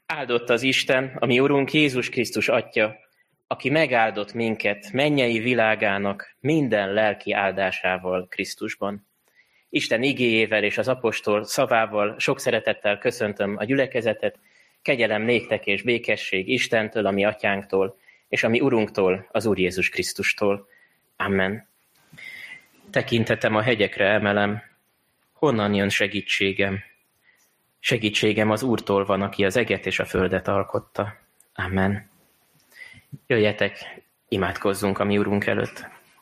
Áldott az Isten, a mi Urunk Jézus Krisztus Atya, aki megáldott minket mennyei világának minden lelki áldásával Krisztusban. Isten igéjével és az apostol szavával sok szeretettel köszöntöm a gyülekezetet, kegyelem néktek és békesség Istentől, a mi atyánktól, és a mi Urunktól, az Úr Jézus Krisztustól. Amen. Tekintetem a hegyekre emelem, honnan jön segítségem? Segítségem az Úrtól van, aki az eget és a földet alkotta. Amen. Jöjjetek, imádkozzunk a mi Urunk előtt.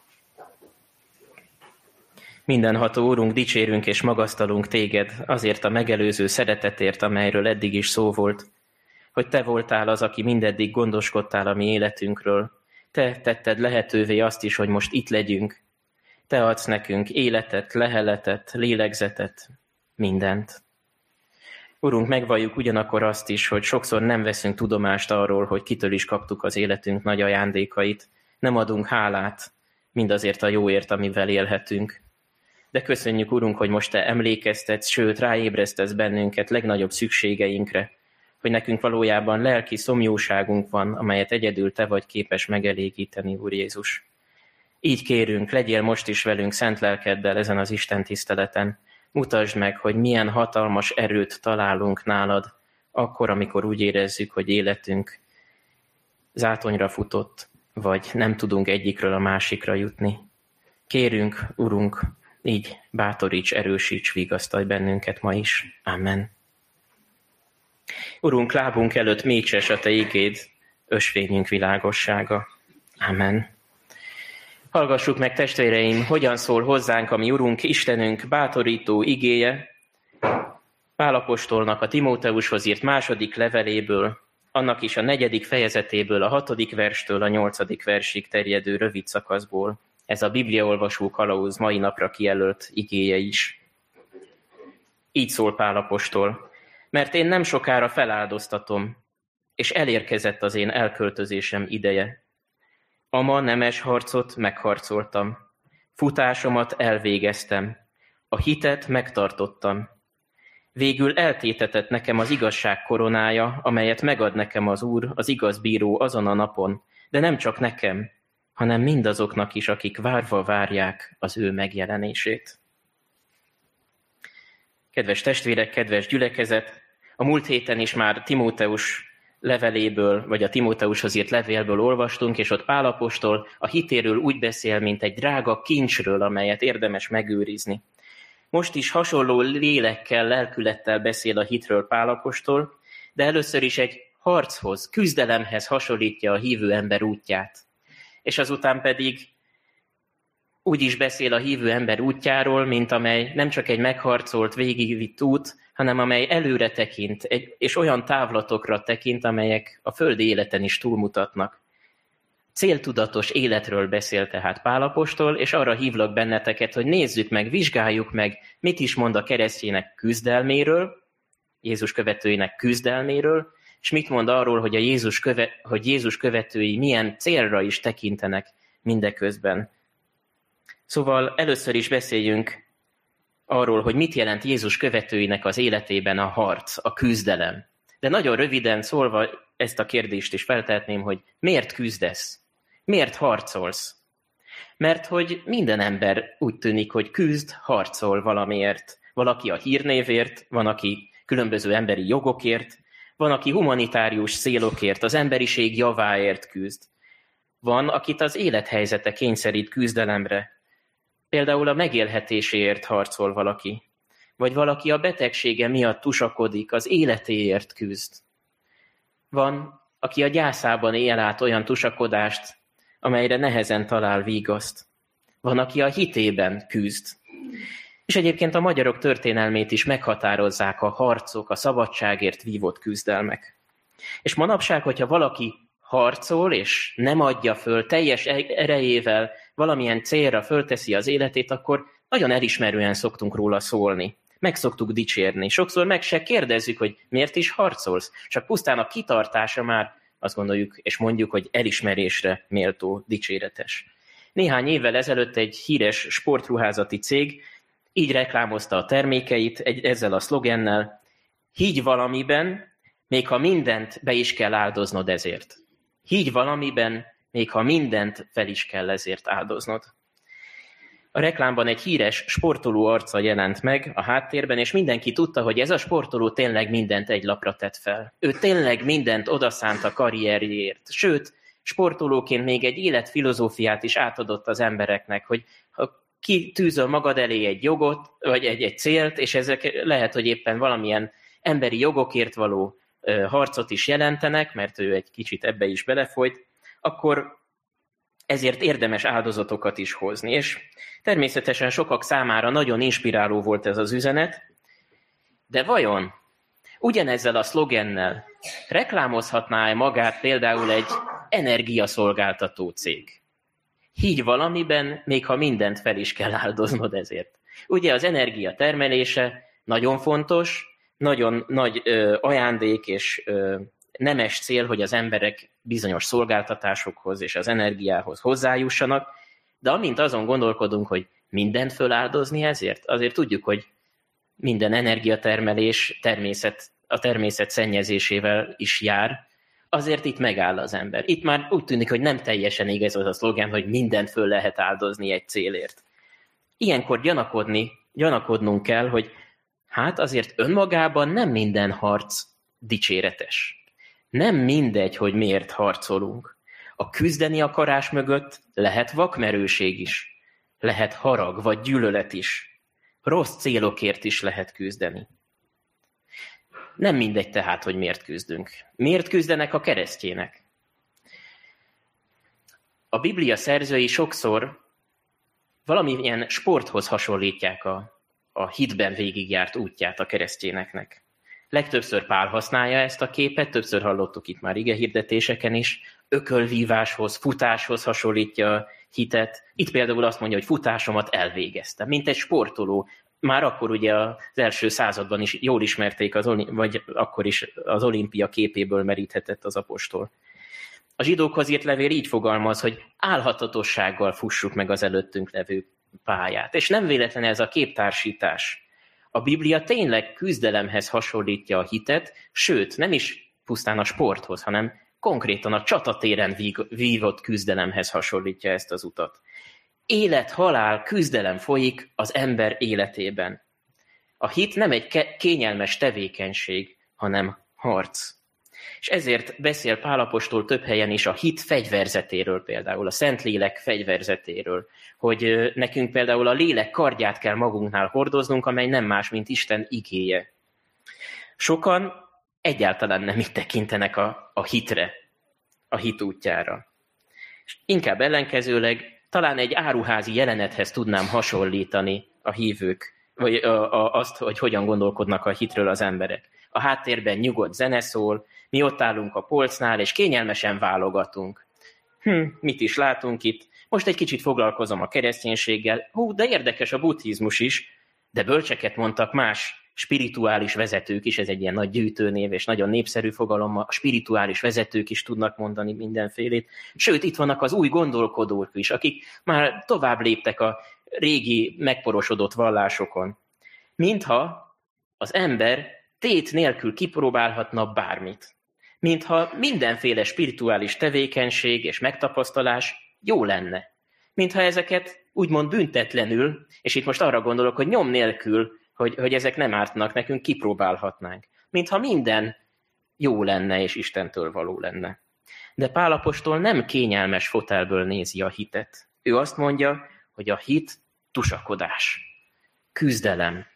Mindenható Úrunk, dicsérünk és magasztalunk téged azért a megelőző szeretetért, amelyről eddig is szó volt, hogy te voltál az, aki mindeddig gondoskodtál a mi életünkről. Te tetted lehetővé azt is, hogy most itt legyünk. Te adsz nekünk életet, leheletet, lélegzetet, mindent. Urunk, megvalljuk ugyanakkor azt is, hogy sokszor nem veszünk tudomást arról, hogy kitől is kaptuk az életünk nagy ajándékait. Nem adunk hálát mindazért a jóért, amivel élhetünk. De köszönjük, Urunk, hogy most te emlékeztetsz, sőt ráébresztesz bennünket legnagyobb szükségeinkre, hogy nekünk valójában lelki szomjúságunk van, amelyet egyedül te vagy képes megelégíteni, Úr Jézus. Így kérünk, legyél most is velünk szent lelkeddel ezen az Isten tiszteleten. Mutasd meg, hogy milyen hatalmas erőt találunk nálad, akkor, amikor úgy érezzük, hogy életünk zátonyra futott, vagy nem tudunk egyikről a másikra jutni. Kérünk, Urunk, így bátoríts, erősíts, vigasztalj bennünket ma is. Amen. Urunk, lábunk előtt mécses a te igéd, ösvényünk világossága. Amen. Hallgassuk meg, testvéreim, hogyan szól hozzánk a mi Urunk, Istenünk bátorító igéje, Pál apostolnak a Timóteushoz írt második leveléből, annak is a 4. fejezetéből, a 6. verstől a 8. versig terjedő rövid szakaszból. Ez a bibliaolvasó kalauz mai napra kijelölt igéje is. Így szól Pál apostol: mert én nem sokára feláldoztatom, és elérkezett az én elköltözésem ideje. Ama nemes harcot megharcoltam, futásomat elvégeztem, a hitet megtartottam. Végül eltétetett nekem az igazság koronája, amelyet megad nekem az Úr, az igaz bíró azon a napon, de nem csak nekem, hanem mindazoknak is, akik várva várják az ő megjelenését. Kedves testvérek, kedves gyülekezet, a múlt héten is már Timóteus leveléből, vagy a Timóteushoz írt levélből olvastunk, és ott Pál apostol a hitéről úgy beszél, mint egy drága kincsről, amelyet érdemes megőrizni. Most is hasonló lélekkel, lelkülettel beszél a hitről Pál apostol, de először is egy harchoz, küzdelemhez hasonlítja a hívő ember útját. És azután pedig úgy is beszél a hívő ember útjáról, mint amely nem csak egy megharcolt, végigvitt út, hanem amely előre tekint, és olyan távlatokra tekint, amelyek a földi életen is túlmutatnak. Céltudatos életről beszél tehát Pál apostol, és arra hívlak benneteket, hogy nézzük meg, vizsgáljuk meg, mit is mond a keresztjének küzdelméről, Jézus követőinek küzdelméről, és mit mond arról, hogy Jézus követői milyen célra is tekintenek mindeközben. Szóval először is beszéljünk arról, hogy mit jelent Jézus követőinek az életében a harc, a küzdelem. De nagyon röviden szólva ezt a kérdést is feltehetném, hogy miért küzdesz? Miért harcolsz? Mert hogy minden ember úgy tűnik, hogy küzd, harcol valamiért. Valaki a hírnévért, van, aki különböző emberi jogokért, van, aki humanitárius célokért, az emberiség javáért küzd. Van, akit az élethelyzete kényszerít küzdelemre. Például a megélhetéséért harcol valaki. Vagy valaki a betegsége miatt tusakodik, az életéért küzd. Van, aki a gyászában él át olyan tusakodást, amelyre nehezen talál vígaszt. Van, aki a hitében küzd. És egyébként a magyarok történelmét is meghatározzák a harcok, a szabadságért vívott küzdelmek. És manapság, hogyha valaki harcol, és nem adja föl teljes erejével, valamilyen célra fölteszi az életét, akkor nagyon elismerően szoktunk róla szólni. Meg szoktuk dicsérni. Sokszor meg se kérdezzük, hogy miért is harcolsz. Csak pusztán a kitartása már azt gondoljuk és mondjuk, hogy elismerésre méltó, dicséretes. Néhány évvel ezelőtt egy híres sportruházati cég így reklámozta a termékeit ezzel a szlogennel: higgy valamiben, még ha mindent be is kell áldoznod ezért. Higgy valamiben, még ha mindent fel is kell ezért áldoznod. A reklámban egy híres sportoló arca jelent meg a háttérben, és mindenki tudta, hogy ez a sportoló tényleg mindent egy lapra tett fel. Ő tényleg mindent odaszánt a karrierjéért. Sőt, sportolóként még egy életfilozófiát is átadott az embereknek, hogy ha kitűzöl magad elé egy jogot, vagy egy célt, és ezek lehet, hogy éppen valamilyen emberi jogokért való harcot is jelentenek, mert ő egy kicsit ebbe is belefolyt, akkor ezért érdemes áldozatokat is hozni. És természetesen sokak számára nagyon inspiráló volt ez az üzenet, de vajon ugyanezzel a szlogennel reklámozhatná-e magát például egy energiaszolgáltató cég? Higgy valamiben, még ha mindent fel is kell áldoznod ezért. Ugye az energia termelése nagyon fontos, nagyon nagy ajándék és nemes cél, hogy az emberek bizonyos szolgáltatásokhoz és az energiához hozzájussanak, de amint azon gondolkodunk, hogy mindent föláldozni ezért, azért tudjuk, hogy minden energiatermelés a természet szennyezésével is jár, azért itt megáll az ember. Itt már úgy tűnik, hogy nem teljesen igaz az a szlogán, hogy mindent föl lehet áldozni egy célért. Ilyenkor gyanakodnunk kell, hogy hát azért önmagában nem minden harc dicséretes. Nem mindegy, hogy miért harcolunk. A küzdeni akarás mögött lehet vakmerőség is, lehet harag vagy gyűlölet is. Rossz célokért is lehet küzdeni. Nem mindegy tehát, hogy miért küzdünk. Miért küzdenek a keresztjének? A Biblia szerzői sokszor valamilyen sporthoz hasonlítják a hitben végigjárt útját a keresztjéneknek. Legtöbbször Pál használja ezt a képet, többször hallottuk itt már igehirdetéseken is, ökölvíváshoz, futáshoz hasonlítja a hitet. Itt például azt mondja, hogy futásomat elvégeztem, mint egy sportoló. Már akkor ugye az első században is jól ismerték, vagy akkor is az olimpia képéből meríthetett az apostol. A zsidókhoz írt levél így fogalmaz, hogy álhatatossággal fussuk meg az előttünk levő pályát. És nem véletlen ez a képtársítás. A Biblia tényleg küzdelemhez hasonlítja a hitet, sőt, nem is pusztán a sporthoz, hanem konkrétan a csatatéren vívott küzdelemhez hasonlítja ezt az utat. Élet-halál küzdelem folyik az ember életében. A hit nem egy kényelmes tevékenység, hanem harc. És ezért beszél Pál apostol több helyen is a hit fegyverzetéről például, a Szentlélek fegyverzetéről, hogy nekünk például a lélek kardját kell magunknál hordoznunk, amely nem más, mint Isten igéje. Sokan egyáltalán nem így tekintenek a hitre, a hit útjára. És inkább ellenkezőleg talán egy áruházi jelenethez tudnám hasonlítani a hívők, vagy azt, hogy hogyan gondolkodnak a hitről az emberek. A háttérben nyugodt zene szól, mi ott állunk a polcnál, és kényelmesen válogatunk. Mit is látunk itt? Most egy kicsit foglalkozom a kereszténységgel. De érdekes a buddhizmus is, de bölcseket mondtak más spirituális vezetők is, ez egy ilyen nagy gyűjtőnév, és nagyon népszerű fogalom, a spirituális vezetők is tudnak mondani mindenfélét. Sőt, itt vannak az új gondolkodók is, akik már tovább léptek a régi megporosodott vallásokon. Mintha az ember tét nélkül kipróbálhatna bármit. Mintha mindenféle spirituális tevékenység és megtapasztalás jó lenne. Mintha ezeket úgymond büntetlenül, és itt most arra gondolok, hogy nyom nélkül, hogy ezek nem ártnak nekünk, kipróbálhatnánk. Mintha minden jó lenne és Istentől való lenne. De Pál apostol nem kényelmes fotelből nézi a hitet. Ő azt mondja, hogy a hit tusakodás, küzdelem.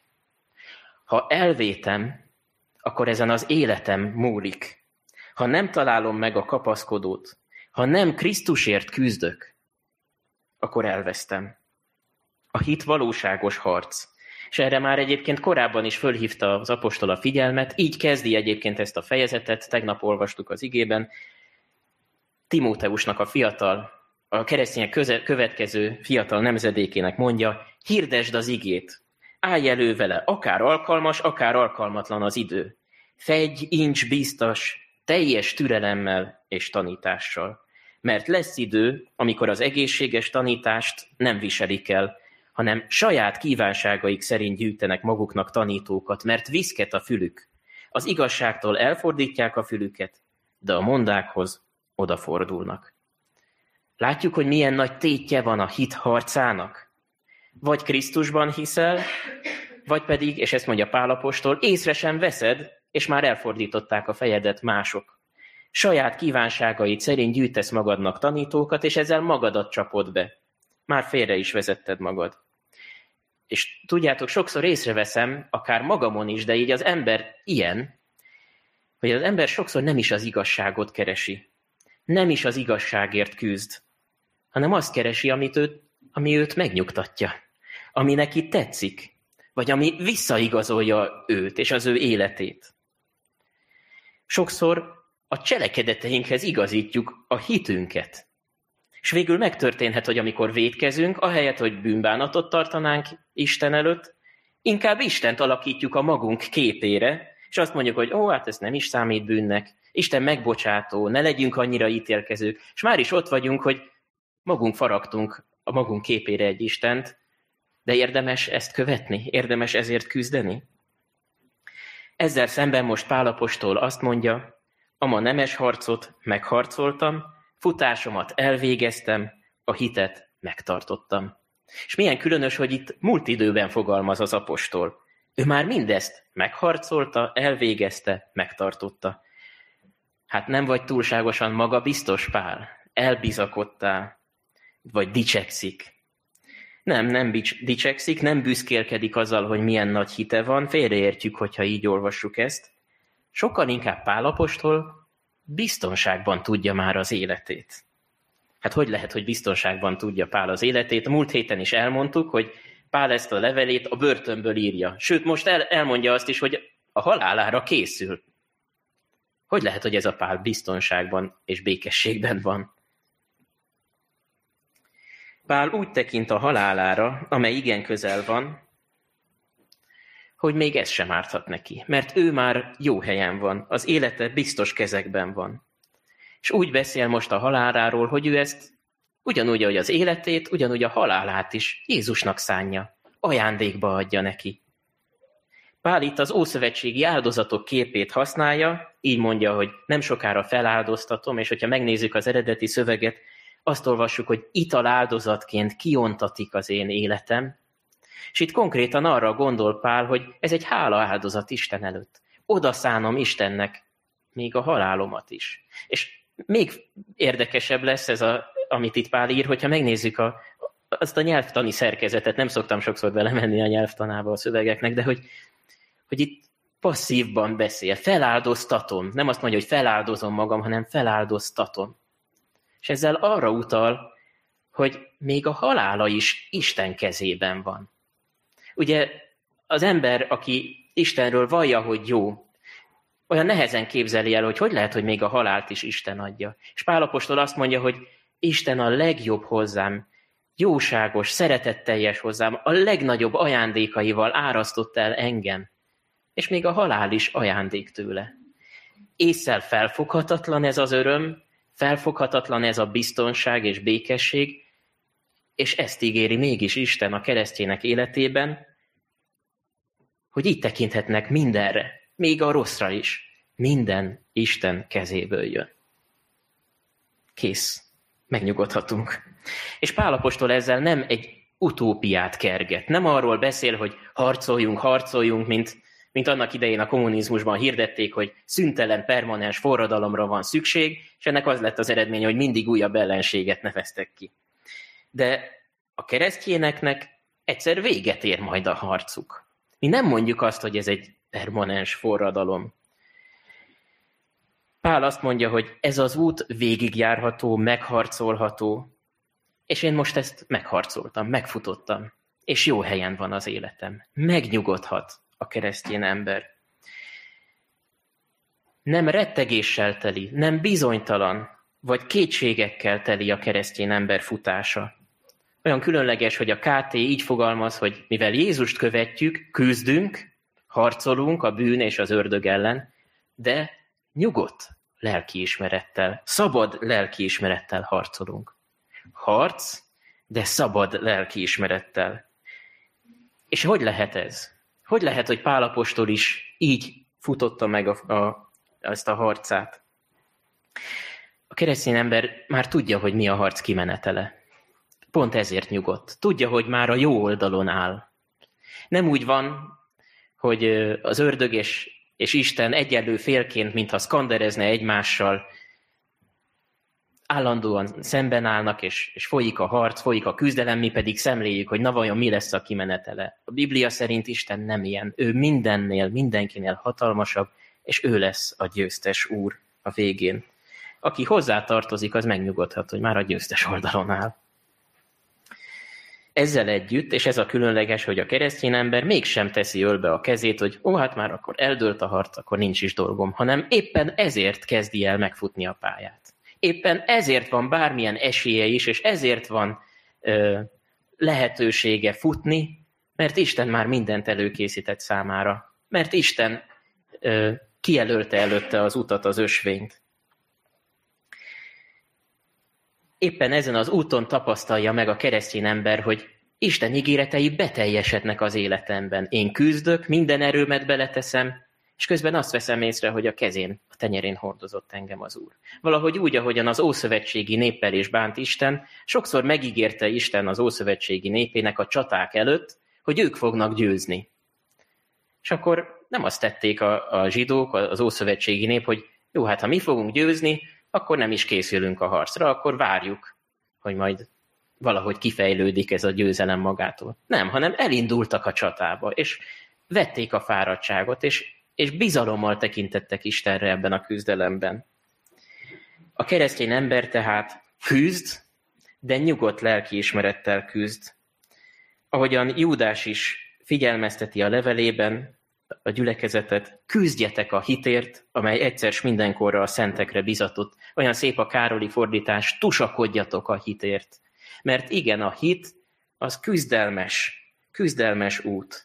Ha elvétem, akkor ezen az életem múlik. Ha nem találom meg a kapaszkodót, ha nem Krisztusért küzdök, akkor elvesztem. A hit valóságos harc. És erre már egyébként korábban is fölhívta az apostol a figyelmet, így kezdi egyébként ezt a fejezetet, tegnap olvastuk az igében, Timóteusnak a keresztények következő fiatal nemzedékének mondja, hirdesd az igét, állj elő vele, akár alkalmas, akár alkalmatlan az idő. Fegy, incs biztos, teljes türelemmel és tanítással. Mert lesz idő, amikor az egészséges tanítást nem viselik el, hanem saját kívánságaik szerint gyűjtenek maguknak tanítókat, mert viszket a fülük. Az igazságtól elfordítják a fülüket, de a mondákhoz odafordulnak. Látjuk, hogy milyen nagy tétje van a hit harcának. Vagy Krisztusban hiszel, vagy pedig, és ezt mondja Pál apostol, észre sem veszed, és már elfordították a fejedet mások. Saját kívánságaid szerint gyűjtesz magadnak tanítókat, és ezzel magadat csapod be. Már félre is vezetted magad. És tudjátok, sokszor észreveszem, akár magamon is, de így az ember ilyen, hogy az ember sokszor nem is az igazságot keresi. Nem is az igazságért küzd, hanem azt keresi, ami őt megnyugtatja. Ami neki tetszik, vagy ami visszaigazolja őt és az ő életét. Sokszor a cselekedeteinkhez igazítjuk a hitünket. És végül megtörténhet, hogy amikor vétkezünk, ahelyett, hogy bűnbánatot tartanánk Isten előtt, inkább Istent alakítjuk a magunk képére, és azt mondjuk, hogy hát ez nem is számít bűnnek, Isten megbocsátó, ne legyünk annyira ítélkezők, és már is ott vagyunk, hogy magunk faragtunk a magunk képére egy Istent, de érdemes ezt követni? Érdemes ezért küzdeni? Ezzel szemben most Pál apostol azt mondja, a ma nemes harcot megharcoltam, futásomat elvégeztem, a hitet megtartottam. És milyen különös, hogy itt múlt időben fogalmaz az apostol. Ő már mindezt megharcolta, elvégezte, megtartotta. Hát nem vagy túlságosan magabiztos, Pál? Elbizakodtál? Vagy dicsekszik? Nem dicsekszik, nem büszkélkedik azzal, hogy milyen nagy hite van, félreértjük, hogyha így olvassuk ezt. Sokkal inkább Pál apostol biztonságban tudja már az életét. Hát hogy lehet, hogy biztonságban tudja Pál az életét? Múlt héten is elmondtuk, hogy Pál ezt a levelét a börtönből írja. Sőt, most elmondja azt is, hogy a halálára készül. Hogy lehet, hogy ez a Pál biztonságban és békességben van? Pál úgy tekint a halálára, amely igen közel van, hogy még ez sem árthat neki, mert ő már jó helyen van, az élete biztos kezekben van. És úgy beszél most a haláláról, hogy ő ezt ugyanúgy, ahogy az életét, ugyanúgy a halálát is Jézusnak szánja, ajándékba adja neki. Pál itt az ószövetségi áldozatok képét használja, így mondja, hogy nem sokára feláldoztatom, és hogyha megnézzük az eredeti szöveget, azt olvassuk, hogy italáldozatként kiontatik az én életem. És itt konkrétan arra gondol Pál, hogy ez egy hálaáldozat Isten előtt. Oda szánom Istennek még a halálomat is. És még érdekesebb lesz ez, amit itt Pál ír, hogyha megnézzük azt a nyelvtani szerkezetet, nem szoktam sokszor belemenni a nyelvtanába a szövegeknek, de hogy itt passzívban beszél, feláldoztatom. Nem azt mondja, hogy feláldozom magam, hanem feláldoztatom. És ezzel arra utal, hogy még a halála is Isten kezében van. Ugye az ember, aki Istenről vallja, hogy jó, olyan nehezen képzeli el, hogy lehet, hogy még a halált is Isten adja. És Pál apostol azt mondja, hogy Isten a legjobb hozzám, jóságos, szeretetteljes hozzám, a legnagyobb ajándékaival árasztott el engem. És még a halál is ajándék tőle. Ésszel felfoghatatlan ez az öröm, felfoghatatlan ez a biztonság és békesség, és ezt ígéri mégis Isten a keresztjének életében, hogy így tekinthetnek mindenre, még a rosszra is. Minden Isten kezéből jön. Kész. Megnyugodhatunk. És Pál apostol ezzel nem egy utópiát kerget. Nem arról beszél, hogy harcoljunk, mint annak idején a kommunizmusban hirdették, hogy szüntelen, permanens forradalomra van szükség, és ennek az lett az eredménye, hogy mindig újabb ellenséget neveztek ki. De a keresztjéneknek egyszer véget ér majd a harcuk. Mi nem mondjuk azt, hogy ez egy permanens forradalom. Pál azt mondja, hogy ez az út végigjárható, megharcolható, és én most ezt megharcoltam, megfutottam, és jó helyen van az életem. Megnyugodhat a keresztény ember. Nem rettegéssel teli, nem bizonytalan, vagy kétségekkel teli a keresztény ember futása. Olyan különleges, hogy a KT így fogalmaz, hogy mivel Jézust követjük, küzdünk, harcolunk a bűn és az ördög ellen, de nyugodt lelkiismerettel, szabad lelkiismerettel harcolunk. Harc, de szabad lelkiismerettel. És hogy lehet ez? Hogy lehet, hogy Pál apostol is így futotta meg ezt a harcát. A keresztény ember már tudja, hogy mi a harc kimenetele. Pont ezért nyugodt. Tudja, hogy már a jó oldalon áll. Nem úgy van, hogy az ördög és Isten egyenlő félként, mintha szkanderezne egymással, állandóan szemben állnak, és folyik a harc, folyik a küzdelem, mi pedig szemléljük, hogy na vajon mi lesz a kimenetele. A Biblia szerint Isten nem ilyen. Ő mindennél, mindenkinél hatalmasabb, és ő lesz a győztes úr a végén. Aki hozzá tartozik, az megnyugodhat, hogy már a győztes oldalon áll. Ezzel együtt, és ez a különleges, hogy a keresztény ember mégsem teszi ölbe a kezét, hogy hát már akkor eldőlt a harc, akkor nincs is dolgom, hanem éppen ezért kezdi el megfutni a pályát. Éppen ezért van bármilyen esélye is, és ezért van lehetősége futni, mert Isten már mindent előkészített számára. Mert Isten kijelölte előtte az utat, az ösvényt. Éppen ezen az úton tapasztalja meg a keresztény ember, hogy Isten ígéretei beteljesednek az életemben. Én küzdök, minden erőmet beleteszem, és közben azt veszem észre, hogy a kezén, a tenyerén hordozott engem az Úr. Valahogy úgy, ahogyan az ószövetségi néppel is bánt Isten, sokszor megígérte Isten az ószövetségi népének a csaták előtt, hogy ők fognak győzni. És akkor nem azt tették a zsidók, az ószövetségi nép, hogy jó, hát ha mi fogunk győzni, akkor nem is készülünk a harcra, akkor várjuk, hogy majd valahogy kifejlődik ez a győzelem magától. Nem, hanem elindultak a csatába, és vették a fáradtságot, és bizalommal tekintettek Istenre ebben a küzdelemben. A keresztény ember tehát küzd, de nyugodt lelkiismerettel küzd. Ahogyan Júdás is figyelmezteti a levelében a gyülekezetet, küzdjetek a hitért, amely egyszer s mindenkorra a szentekre bizatott. Olyan szép a Károli fordítás, tusakodjatok a hitért. Mert igen, a hit az küzdelmes út.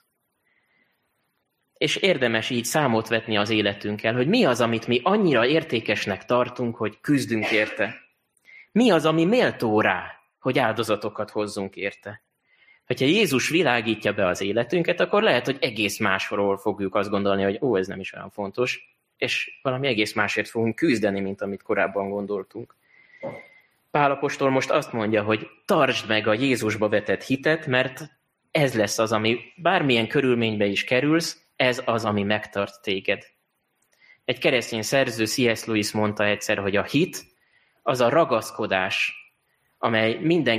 És érdemes így számot vetni az életünkkel, hogy mi az, amit mi annyira értékesnek tartunk, hogy küzdünk érte. Mi az, ami méltó rá, hogy áldozatokat hozzunk érte. Hogyha Jézus világítja be az életünket, akkor lehet, hogy egész másról fogjuk azt gondolni, hogy ez nem is olyan fontos, és valami egész másért fogunk küzdeni, mint amit korábban gondoltunk. Pál apostol most azt mondja, hogy tartsd meg a Jézusba vetett hitet, mert ez lesz az, ami bármilyen körülménybe is kerülsz, ez az, ami megtart téged. Egy keresztény szerző, C.S. Lewis mondta egyszer, hogy a hit az a ragaszkodás, amely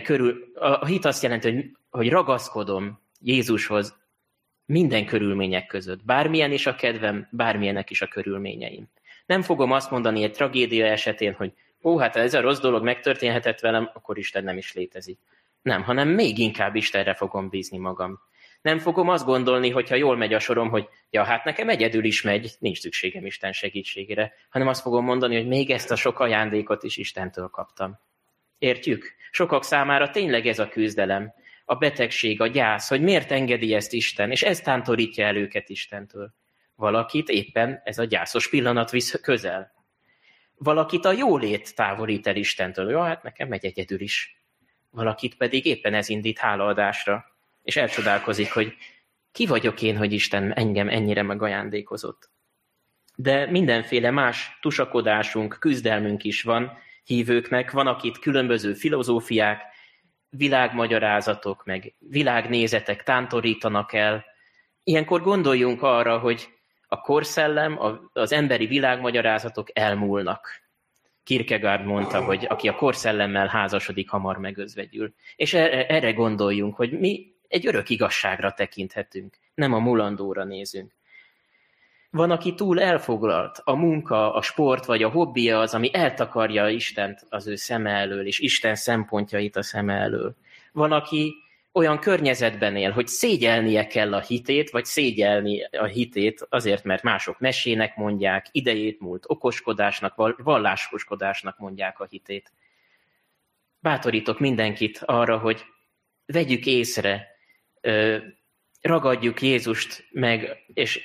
a hit azt jelenti, hogy ragaszkodom Jézushoz minden körülmények között. Bármilyen is a kedvem, bármilyenek is a körülményeim. Nem fogom azt mondani egy tragédia esetén, hogy hát ez a rossz dolog megtörténhetett velem, akkor Isten nem is létezik. Nem, hanem még inkább Istenre fogom bízni magam. Nem fogom azt gondolni, hogyha jól megy a sorom, hogy hát nekem egyedül is megy, nincs szükségem Isten segítségére, hanem azt fogom mondani, hogy még ezt a sok ajándékot is Istentől kaptam. Értjük? Sokak számára tényleg ez a küzdelem, a betegség, a gyász, hogy miért engedi ezt Isten, és ez tántorítja el őket Istentől. Valakit éppen ez a gyászos pillanat visz közel. Valakit a jólét távolít el Istentől. Hát nekem megy egyedül is. Valakit pedig éppen ez indít hálaadásra, és elcsodálkozik, hogy ki vagyok én, hogy Isten engem ennyire megajándékozott. De mindenféle más tusakodásunk, küzdelmünk is van hívőknek, van, akit különböző filozófiák, világmagyarázatok, meg világnézetek tántorítanak el. Ilyenkor gondoljunk arra, hogy a korszellem, az emberi világmagyarázatok elmúlnak. Kierkegaard mondta, hogy aki a korszellemmel házasodik, hamar megözvegyül. És erre gondoljunk, hogy mi egy örök igazságra tekinthetünk, nem a mulandóra nézünk. Van, aki túl elfoglalt, a munka, a sport vagy a hobbija az, ami eltakarja Istent az ő szeme elől, és Isten szempontjait a szeme elől. Van, aki olyan környezetben él, hogy szégyelnie kell a hitét, vagy szégyelni a hitét azért, mert mások mesének mondják, idejét múlt okoskodásnak, vallásoskodásnak mondják a hitét. Bátorítok mindenkit arra, hogy vegyük észre, ragadjuk Jézust meg,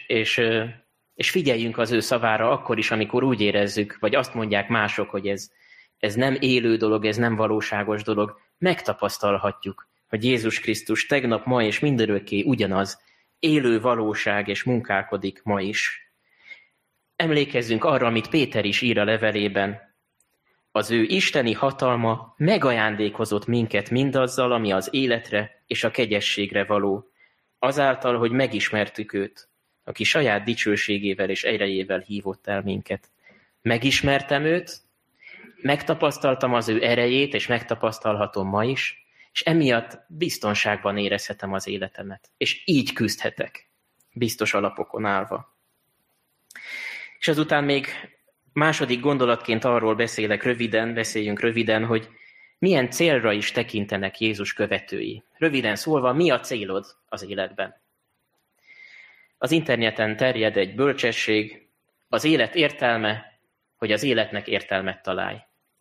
és figyeljünk az ő szavára akkor is, amikor úgy érezzük, vagy azt mondják mások, hogy ez nem élő dolog, ez nem valóságos dolog. Megtapasztalhatjuk, hogy Jézus Krisztus tegnap, ma és mindörökké ugyanaz, élő valóság és munkálkodik ma is. emlékezzünk arra, amit Péter is ír a levelében. Az ő isteni hatalma megajándékozott minket mindazzal, ami az életre és a kegyességre való, azáltal, hogy megismertük őt, aki saját dicsőségével és erejével hívott el minket. Megismertem őt, megtapasztaltam az ő erejét, és megtapasztalhatom ma is, és emiatt biztonságban érezhetem az életemet. És így küzdhetek, biztos alapokon állva. És azután még második gondolatként arról beszéljünk röviden, hogy milyen célra is tekintenek Jézus követői. Röviden szólva, mi a célod az életben? Az interneten terjed egy bölcsesség, az élet értelme, hogy az életnek értelmet találj.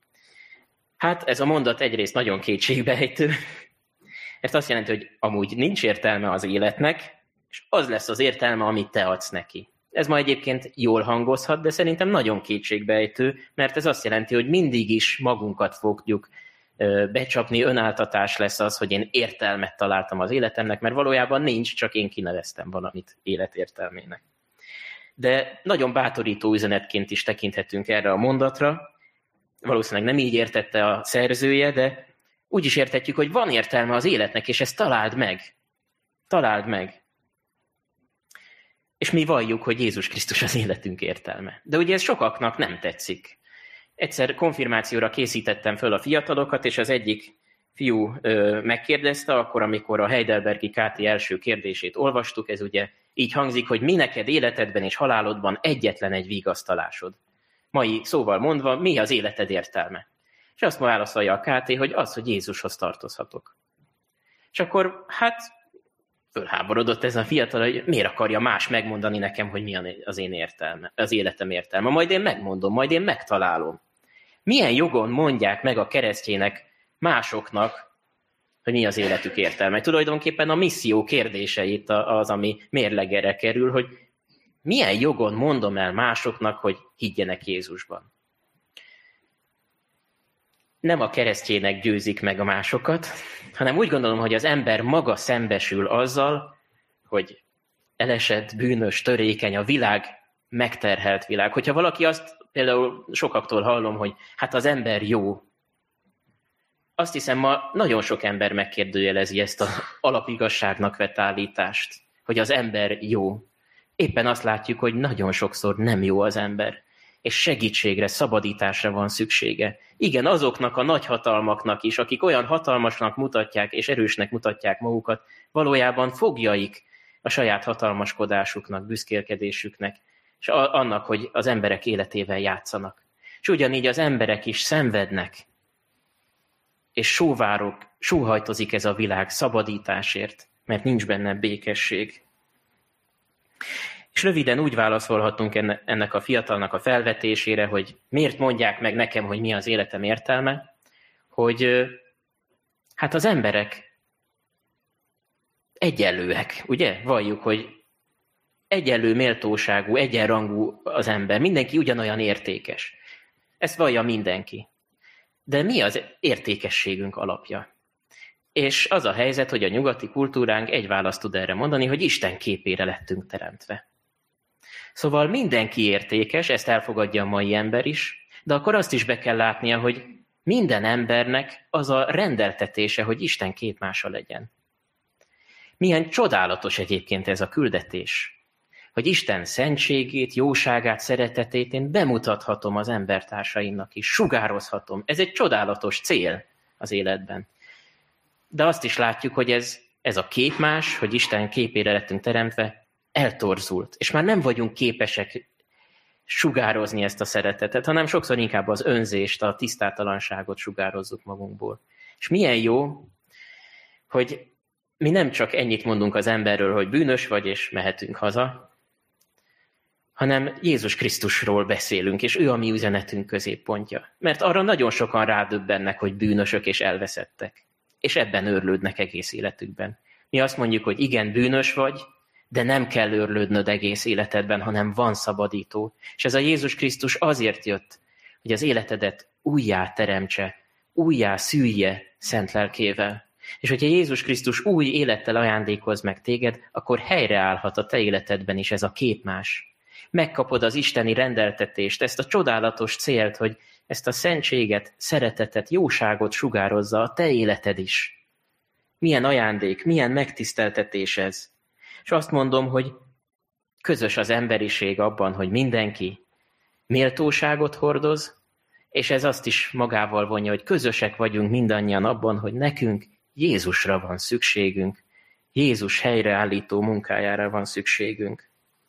Hát ez a mondat egyrészt nagyon kétségbeejtő, ezt azt jelenti, hogy amúgy nincs értelme az életnek, és az lesz az értelme, amit te adsz neki. Ez ma egyébként jól hangozhat, de szerintem nagyon kétségbeejtő, mert ez azt jelenti, hogy mindig is magunkat fogjuk becsapni, önáltatás lesz az, hogy én értelmet találtam az életemnek, mert valójában nincs, csak én kineveztem valamit életértelmének. De nagyon bátorító üzenetként is tekinthetünk erre a mondatra. Valószínűleg nem így értette a szerzője, de úgy is értetjük, hogy van értelme az életnek, és ezt találd meg. Találd meg. És mi valljuk, hogy Jézus Krisztus az életünk értelme. De ugye ez sokaknak nem tetszik. Egyszer konfirmációra készítettem föl a fiatalokat, és az egyik fiú megkérdezte, akkor, amikor a Heidelbergi KT első kérdését olvastuk, ez ugye így hangzik, hogy mi neked életedben és halálodban egyetlen egy vigasztalásod. Mai szóval mondva, mi az életed értelme? És azt válaszolja a KT, hogy az, hogy Jézushoz tartozhatok. És akkor fölháborodott ez a fiatal, hogy miért akarja más megmondani nekem, hogy mi az én értelme, az életem értelme. Majd én megmondom, majd én megtalálom. Milyen jogon mondják meg a keresztjének másoknak, hogy mi az életük értelme? Tulajdonképpen a misszió kérdéseit az, ami mérlegére kerül, hogy milyen jogon mondom el másoknak, hogy higgyenek Jézusban. Nem a keresztjének győzik meg a másokat, hanem úgy gondolom, hogy az ember maga szembesül azzal, hogy elesett, bűnös, törékeny, a világ megterhelt világ. Hogyha valaki azt, például sokaktól hallom, hogy hát az ember jó, azt hiszem, ma nagyon sok ember megkérdőjelezi ezt az alapigazságnak vett állítást, hogy az ember jó. Éppen azt látjuk, hogy nagyon sokszor nem jó az ember, és segítségre, szabadításra van szüksége. Igen, azoknak a nagyhatalmaknak is, akik olyan hatalmasnak mutatják és erősnek mutatják magukat, valójában fogjaik a saját hatalmaskodásuknak, büszkélkedésüknek, és annak, hogy az emberek életével játszanak. És ugyanígy az emberek is szenvednek, és sóhajtozik ez a világ szabadításért, mert nincs benne békesség. És röviden úgy válaszolhatunk ennek a fiatalnak a felvetésére, hogy miért mondják meg nekem, hogy mi az életem értelme, hogy hát az emberek egyenlőek, ugye? Valljuk, hogy egyenlő méltóságú, egyenrangú az ember, mindenki ugyanolyan értékes. Ezt vallja mindenki. De mi az értékességünk alapja? És az a helyzet, hogy a nyugati kultúránk egy választ tud erre mondani, hogy Isten képére lettünk teremtve. Szóval mindenki értékes, ezt elfogadja a mai ember is, de akkor azt is be kell látnia, hogy minden embernek az a rendeltetése, hogy Isten képmása legyen. Milyen csodálatos egyébként ez a küldetés, hogy Isten szentségét, jóságát, szeretetét én bemutathatom az embertársaimnak is, sugározhatom. Ez egy csodálatos cél az életben. De azt is látjuk, hogy ez a képmás, hogy Isten képére lettünk teremtve, eltorzult, és már nem vagyunk képesek sugározni ezt a szeretetet, hanem sokszor inkább az önzést, a tisztátalanságot sugározzuk magunkból. És milyen jó, hogy mi nem csak ennyit mondunk az emberről, hogy bűnös vagy, és mehetünk haza, hanem Jézus Krisztusról beszélünk, és ő a mi üzenetünk középpontja. Mert arra nagyon sokan rádöbbennek, hogy bűnösök és elveszettek. És ebben őrlődnek egész életükben. Mi azt mondjuk, hogy igen, bűnös vagy, de nem kell őrlődnöd egész életedben, hanem van szabadító. És ez a Jézus Krisztus azért jött, hogy az életedet újjá teremtse, újjá szülje szent lelkével. És hogyha Jézus Krisztus új élettel ajándékoz meg téged, akkor helyreállhat a te életedben is ez a képmás. megkapod az isteni rendeltetést, ezt a csodálatos célt, hogy ezt a szentséget, szeretetet, jóságot sugározza a te életed is. Milyen ajándék, milyen megtiszteltetés ez. És azt mondom, hogy közös az emberiség abban, hogy mindenki méltóságot hordoz, és ez azt is magával vonja, hogy közösek vagyunk mindannyian abban, hogy nekünk Jézusra van szükségünk, Jézus helyreállító munkájára van szükségünk.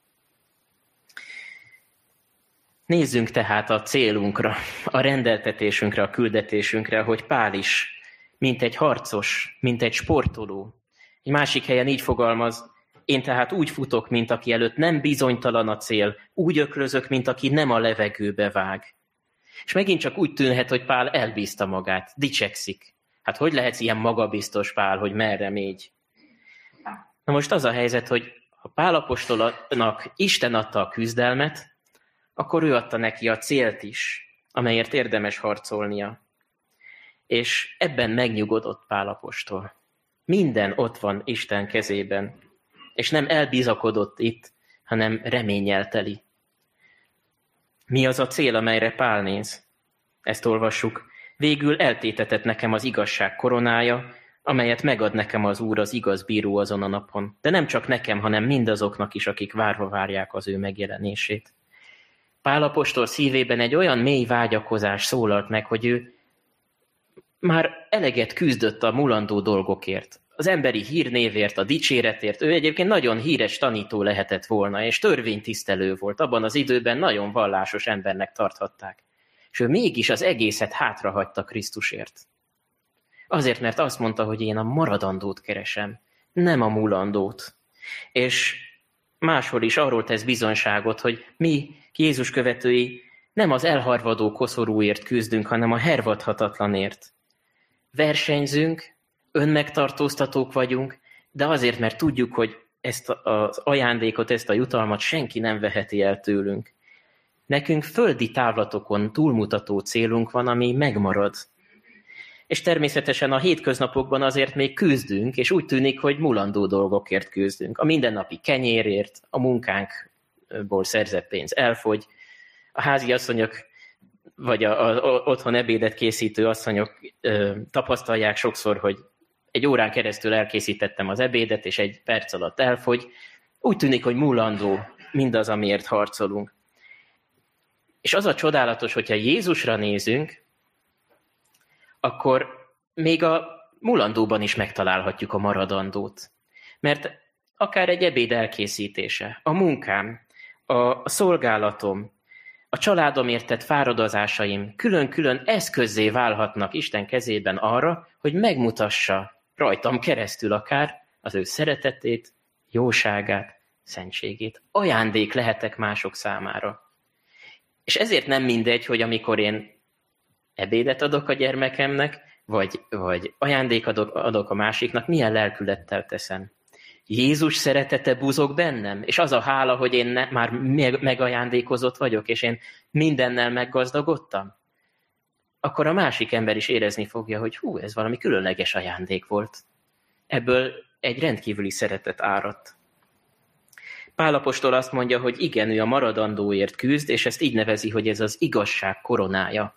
Nézzünk tehát a célunkra, a rendeltetésünkre, a küldetésünkre, hogy Pál is, mint egy harcos, mint egy sportoló. Egy másik helyen így fogalmaz, én tehát úgy futok, mint aki előtt nem bizonytalan a cél, úgy öklözök, mint aki nem a levegőbe vág. És megint csak úgy tűnhet, hogy Pál elbízta magát, dicsekszik. Hát hogy lehetsz ilyen magabiztos, Pál, hogy merre mégy? Na most az a helyzet, hogy ha Pál apostolnak Isten adta a küzdelmet, akkor ő adta neki a célt is, amelyért érdemes harcolnia. És ebben megnyugodott Pál apostol. Minden ott van Isten kezében, és nem elbizakodott itt, hanem reménnyel teli. Mi az a cél, amelyre Pál néz? Ezt olvassuk. Végül eltétetett nekem az igazság koronája, amelyet megad nekem az Úr, az igaz bíró azon a napon. De nem csak nekem, hanem mindazoknak is, akik várva várják az ő megjelenését. Pál apostol szívében egy olyan mély vágyakozás szólalt meg, hogy ő már eleget küzdött a mulandó dolgokért. Az emberi hírnévért, a dicséretért. Ő egyébként nagyon híres tanító lehetett volna, és törvénytisztelő volt. Abban az időben nagyon vallásos embernek tarthatták. És ő mégis az egészet hátrahagyta Krisztusért. Azért, mert azt mondta, hogy én a maradandót keresem, nem a mulandót. És máshol is arról tesz bizonyságot, hogy mi, Jézus követői, nem az elharvadó koszorúért küzdünk, hanem a hervadhatatlanért. Versenyzünk, önmegtartóztatók vagyunk, de azért, mert tudjuk, hogy ezt az ajándékot, ezt a jutalmat senki nem veheti el tőlünk. Nekünk földi távlatokon túlmutató célunk van, ami megmarad. És természetesen a hétköznapokban azért még küzdünk, és úgy tűnik, hogy mulandó dolgokért küzdünk. A mindennapi kenyérért, a munkánkból szerzett pénz elfogy, a háziasszonyok vagy az otthon ebédet készítő asszonyok tapasztalják sokszor, hogy egy órán keresztül elkészítettem az ebédet, és egy perc alatt elfogy. Úgy tűnik, hogy mulandó mindaz, amiért harcolunk. És az a csodálatos, hogyha Jézusra nézünk, akkor még a mulandóban is megtalálhatjuk a maradandót. Mert akár egy ebéd elkészítése, a munkám, a szolgálatom, a családomért tett fáradozásaim külön-külön eszközzé válhatnak Isten kezében arra, hogy megmutassa rajtam keresztül akár az ő szeretetét, jóságát, szentségét. Ajándék lehetek mások számára. És ezért nem mindegy, hogy amikor én ebédet adok a gyermekemnek, vagy ajándék adok a másiknak, milyen lelkülettel teszem. Jézus szeretete buzog bennem, és az a hála, hogy én már megajándékozott vagyok, és én mindennel meggazdagodtam, akkor a másik ember is érezni fogja, hogy ez valami különleges ajándék volt. Ebből egy rendkívüli szeretet áradt. Pál apostol azt mondja, hogy igen, ő a maradandóért küzd, és ezt így nevezi, hogy ez az igazság koronája.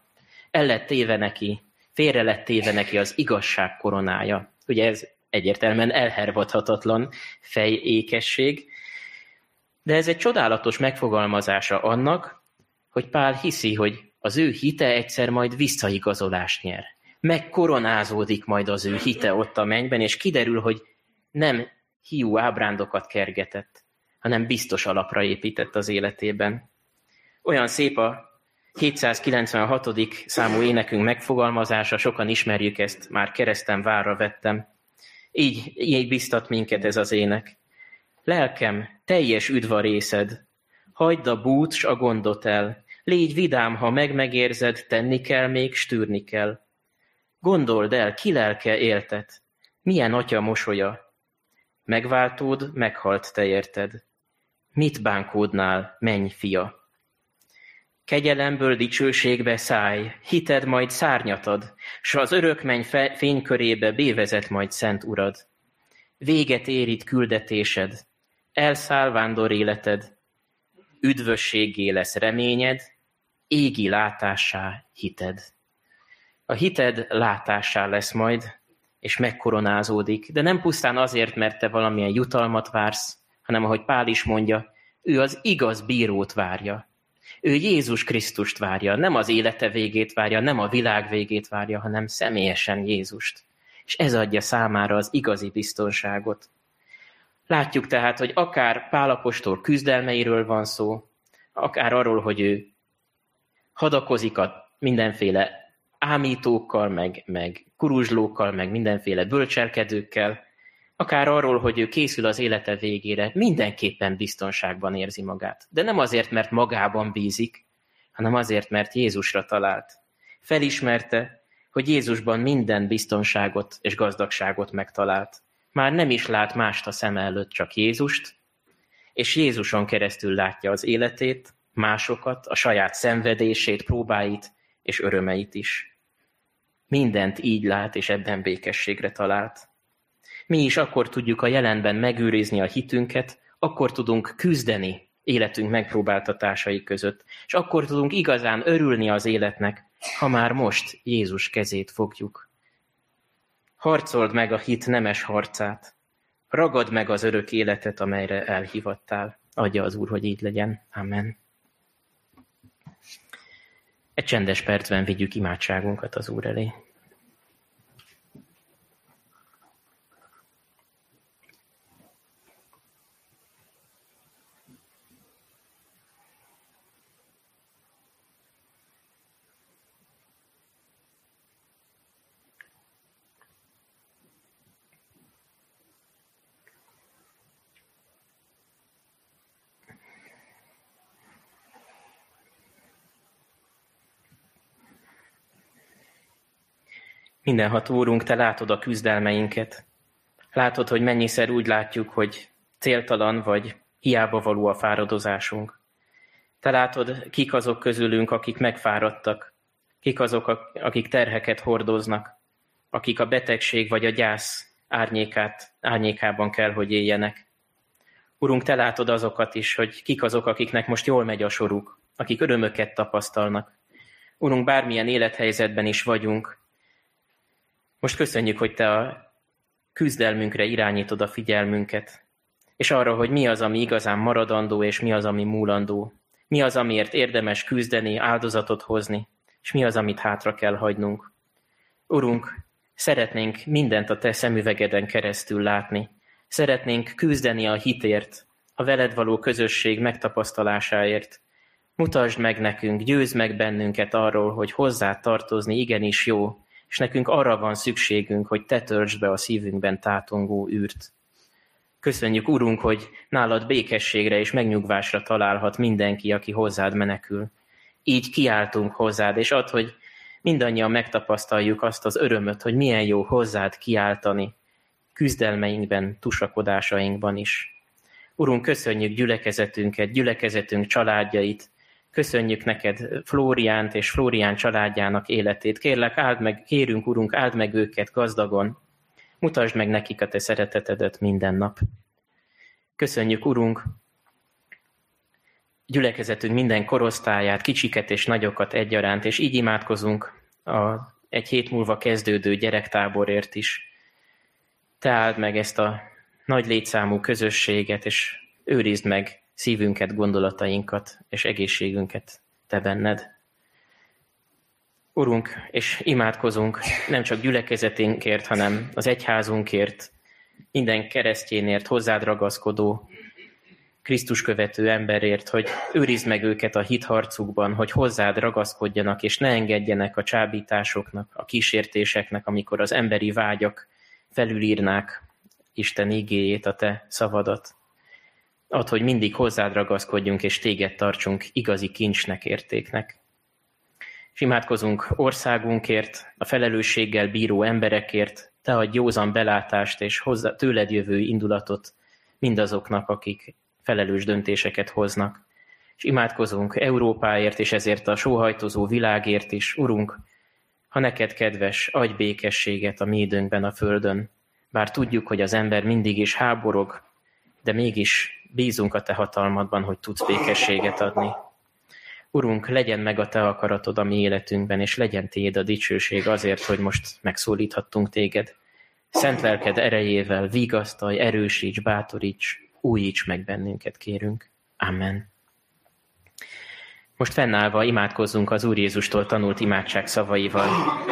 Félre lett téve neki az igazság koronája. Ugye ez egyértelműen elhervadhatatlan fejékesség, de ez egy csodálatos megfogalmazása annak, hogy Pál hiszi, hogy az ő hite egyszer majd visszaigazolást nyer. Megkoronázódik majd az ő hite ott a mennyben, és kiderül, hogy nem hiú ábrándokat kergetett, hanem biztos alapra épített az életében. Olyan szép a 796. számú énekünk megfogalmazása, sokan ismerjük ezt, már kereszten várra vettem. Így biztat minket ez az ének. Lelkem, teljes üdv a részed, hagyd a bút s a gondot el, légy vidám, ha megérzed, tenni kell még, stűrni kell. Gondold el, ki lelke éltet, milyen atya mosolya. Megváltód, meghalt te érted. Mit bánkódnál, menj, fia? Kegyelemből dicsőségbe szállj, hited majd szárnyat ad, s az örök menny fénykörébe bévezet majd szent urad. Véget ér itt küldetésed, elszáll vándor életed. üdvösségé lesz reményed, égi látássá hited. A hited látássá lesz majd, és megkoronázódik, de nem pusztán azért, mert te valamilyen jutalmat vársz, hanem ahogy Pál is mondja, ő az igaz bírót várja. Ő Jézus Krisztust várja, nem az élete végét várja, nem a világ végét várja, hanem személyesen Jézust. És ez adja számára az igazi biztonságot. Látjuk tehát, hogy akár Pál apostol küzdelmeiről van szó, akár arról, hogy ő hadakozik a mindenféle ámítókkal, meg kuruzslókkal, meg mindenféle bölcselkedőkkel, akár arról, hogy ő készül az élete végére, mindenképpen biztonságban érzi magát. De nem azért, mert magában bízik, hanem azért, mert Jézusra talált. Felismerte, hogy Jézusban minden biztonságot és gazdagságot megtalált. Már nem is lát mást a szem előtt, csak Jézust, és Jézuson keresztül látja az életét, másokat, a saját szenvedését, próbáit és örömeit is. Mindent így lát, és ebben békességre talált. Mi is akkor tudjuk a jelenben megőrizni a hitünket, akkor tudunk küzdeni életünk megpróbáltatásai között, és akkor tudunk igazán örülni az életnek, ha már most Jézus kezét fogjuk. Harcold meg a hit nemes harcát, ragad meg az örök életet, amelyre elhívattál. Adja az Úr, hogy így legyen. Amen. Egy csendes percben vigyük imádságunkat az Úr elé. Mindenható Úrunk, Te látod a küzdelmeinket. Látod, hogy mennyiszer úgy látjuk, hogy céltalan vagy hiába való a fáradozásunk. Te látod, kik azok közülünk, akik megfáradtak, kik azok, akik terheket hordoznak, akik a betegség vagy a gyász árnyékában kell, hogy éljenek. Urunk, Te látod azokat is, hogy kik azok, akiknek most jól megy a soruk, akik örömöket tapasztalnak. Urunk, bármilyen élethelyzetben is vagyunk, most köszönjük, hogy Te a küzdelmünkre irányítod a figyelmünket, és arra, hogy mi az, ami igazán maradandó, és mi az, ami múlandó. Mi az, amiért érdemes küzdeni, áldozatot hozni, és mi az, amit hátra kell hagynunk. Urunk, szeretnénk mindent a Te szemüvegeden keresztül látni. Szeretnénk küzdeni a hitért, a veled való közösség megtapasztalásáért. Mutasd meg nekünk, győzd meg bennünket arról, hogy hozzád tartozni igenis jó, és nekünk arra van szükségünk, hogy Te töltsd be a szívünkben tátongó űrt. Köszönjük, Urunk, hogy nálad békességre és megnyugvásra találhat mindenki, aki hozzád menekül. Így kiáltunk hozzád, és add, hogy mindannyian megtapasztaljuk azt az örömöt, hogy milyen jó hozzád kiáltani, küzdelmeinkben, tusakodásainkban is. Urunk, köszönjük gyülekezetünket, gyülekezetünk családjait, köszönjük neked Flóriánt és Flórián családjának életét. Kérünk, Urunk, áld meg őket gazdagon, mutasd meg nekik a Te szeretetedet minden nap. Köszönjük, Urunk, gyülekezetünk minden korosztályát, kicsiket és nagyokat egyaránt, és így imádkozunk egy hét múlva kezdődő gyerektáborért is. Te áld meg ezt a nagy létszámú közösséget, és őrizd meg szívünket, gondolatainkat és egészségünket Te benned. Urunk, és imádkozunk nem csak gyülekezetünkért, hanem az egyházunkért, minden keresztjénért, hozzád ragaszkodó, Krisztus követő emberért, hogy őrizd meg őket a hitharcukban, hogy hozzád ragaszkodjanak, és ne engedjenek a csábításoknak, a kísértéseknek, amikor az emberi vágyak felülírnák Isten igéjét, a Te szavadat. Add, hogy mindig hozzád ragaszkodjunk, és téged tartsunk igazi kincsnek, értéknek. És imádkozunk országunkért, a felelősséggel bíró emberekért, Te adj józan belátást és tőled jövő indulatot mindazoknak, akik felelős döntéseket hoznak. És imádkozunk Európáért, és ezért a sóhajtozó világért is. Urunk, ha neked kedves, adj békességet a mi időnkben a földön. Bár tudjuk, hogy az ember mindig is háborog, de mégis bízunk a Te hatalmadban, hogy tudsz békességet adni. Urunk, legyen meg a Te akaratod a mi életünkben, és legyen Tiéd a dicsőség azért, hogy most megszólíthattunk Téged. Szent lelked erejével vigasztalj, erősíts, bátoríts, újíts meg bennünket, kérünk. Amen. Most fennállva imádkozzunk az Úr Jézustól tanult imádság szavaival.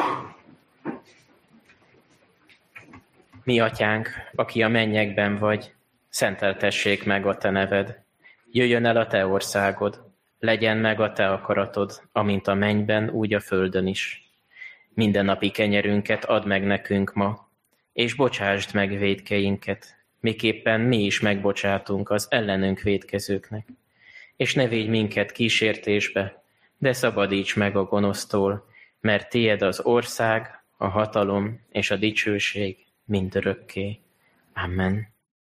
Mi atyánk, aki a mennyekben vagy, szenteltessék meg a Te neved. Jöjjön el a Te országod, legyen meg a Te akaratod, amint a mennyben, úgy a földön is. Mindennapi kenyerünket add meg nekünk ma, és bocsásd meg vétkeinket, miképpen mi is megbocsátunk az ellenünk vétkezőknek. És ne védj minket kísértésbe, de szabadíts meg a gonosztól, mert Tiéd az ország, a hatalom és a dicsőség mindörökké. Amen.